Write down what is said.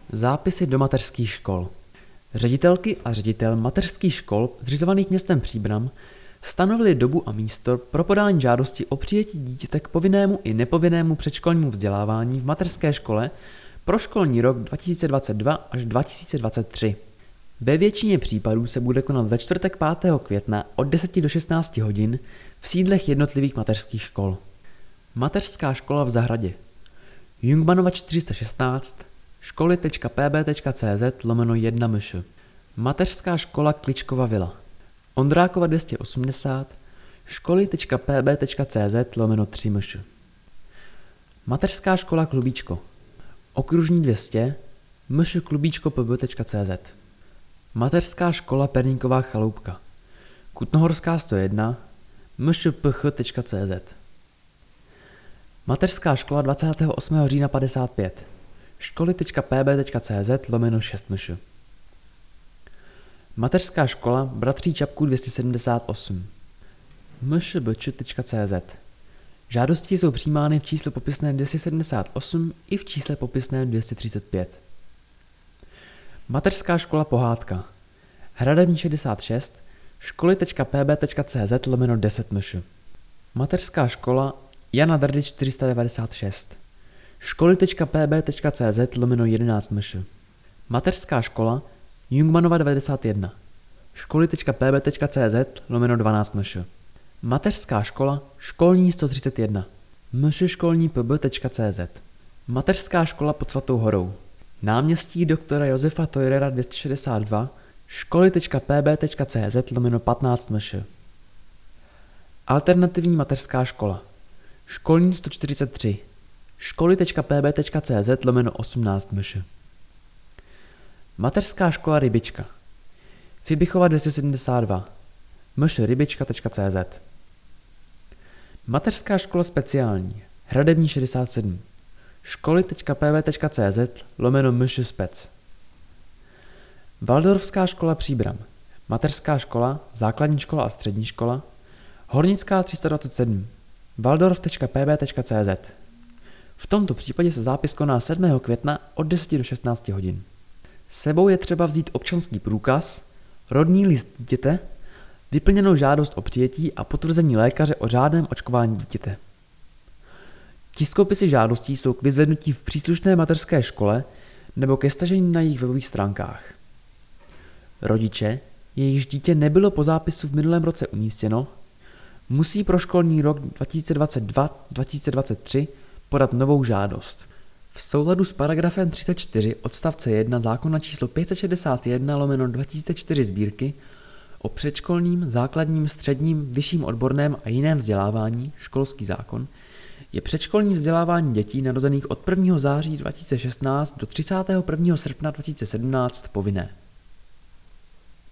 Zápisy do mateřských škol. Ředitelky a ředitel mateřských škol zřizovaných městem Příbram stanovili dobu a místo pro podání žádosti o přijetí dítěte k povinnému i nepovinnému předškolnímu vzdělávání v mateřské škole pro školní rok 2022 až 2023. Ve většině případů se bude konat ve čtvrtek 5. května od 10 do 16 hodin v sídlech jednotlivých mateřských škol. Mateřská škola v Zahradě. Jungmannova 416 školy.pb.cz/1mš. Mateřská škola Kličkova vila. Ondrákova 280 školy.pb.cz/3mš. Mateřská škola Klubíčko. Okružní 200 mšklubíčkopb.cz. Mateřská škola Perníková chaloupka. Kutnohorská 101 mšpch.cz. Mateřská škola 28. října 55 školy.pb.cz/6mš. Mateřská škola Bratří Čapků 278 mšbč.cz. Žádosti jsou přijímány v čísle popisném 278 i v čísle popisném 235. Mateřská škola Pohádka. Hradební 66 školy.pb.cz/10mš. Mateřská škola Jana Drdy 496 školy.pb.cz/11mš. Mateřská škola Jungmannova 91 školy.pb.cz/12mš. Mateřská škola Školní 131 mšškolnípb.cz. Mateřská škola pod Svatou horou. Náměstí doktora Josefa Teurera 262 školy.pb.cz/15mš. Alternativní mateřská škola. Školní 143 školy.pb.cz/18mš. Mateřská škola Rybička. Fibichova 272 mšrybička.cz. Mateřská škola speciální. Hradební 67 školy.pb.cz/mšspec. Waldorfská škola Příbram. Mateřská škola, základní škola a střední škola. Hornická 327 waldorf.pb.cz. V tomto případě se zápis koná 7. května od 10 do 16 hodin. S sebou je třeba vzít občanský průkaz, rodný list dítěte, vyplněnou žádost o přijetí a potvrzení lékaře o řádném očkování dítěte. Tiskopisy žádostí jsou k vyzvednutí v příslušné mateřské škole nebo ke stažení na jejich webových stránkách. Rodiče, jejichž dítě nebylo po zápisu v minulém roce umístěno, musí pro školní rok 2022-2023 podat novou žádost. V souladu s paragrafem 34 odstavce 1 zákona číslo 561/2004 sbírky o předškolním, základním, středním, vyšším odborném a jiném vzdělávání, školský zákon, je předškolní vzdělávání dětí narozených od 1. září 2016 do 31. srpna 2017 povinné.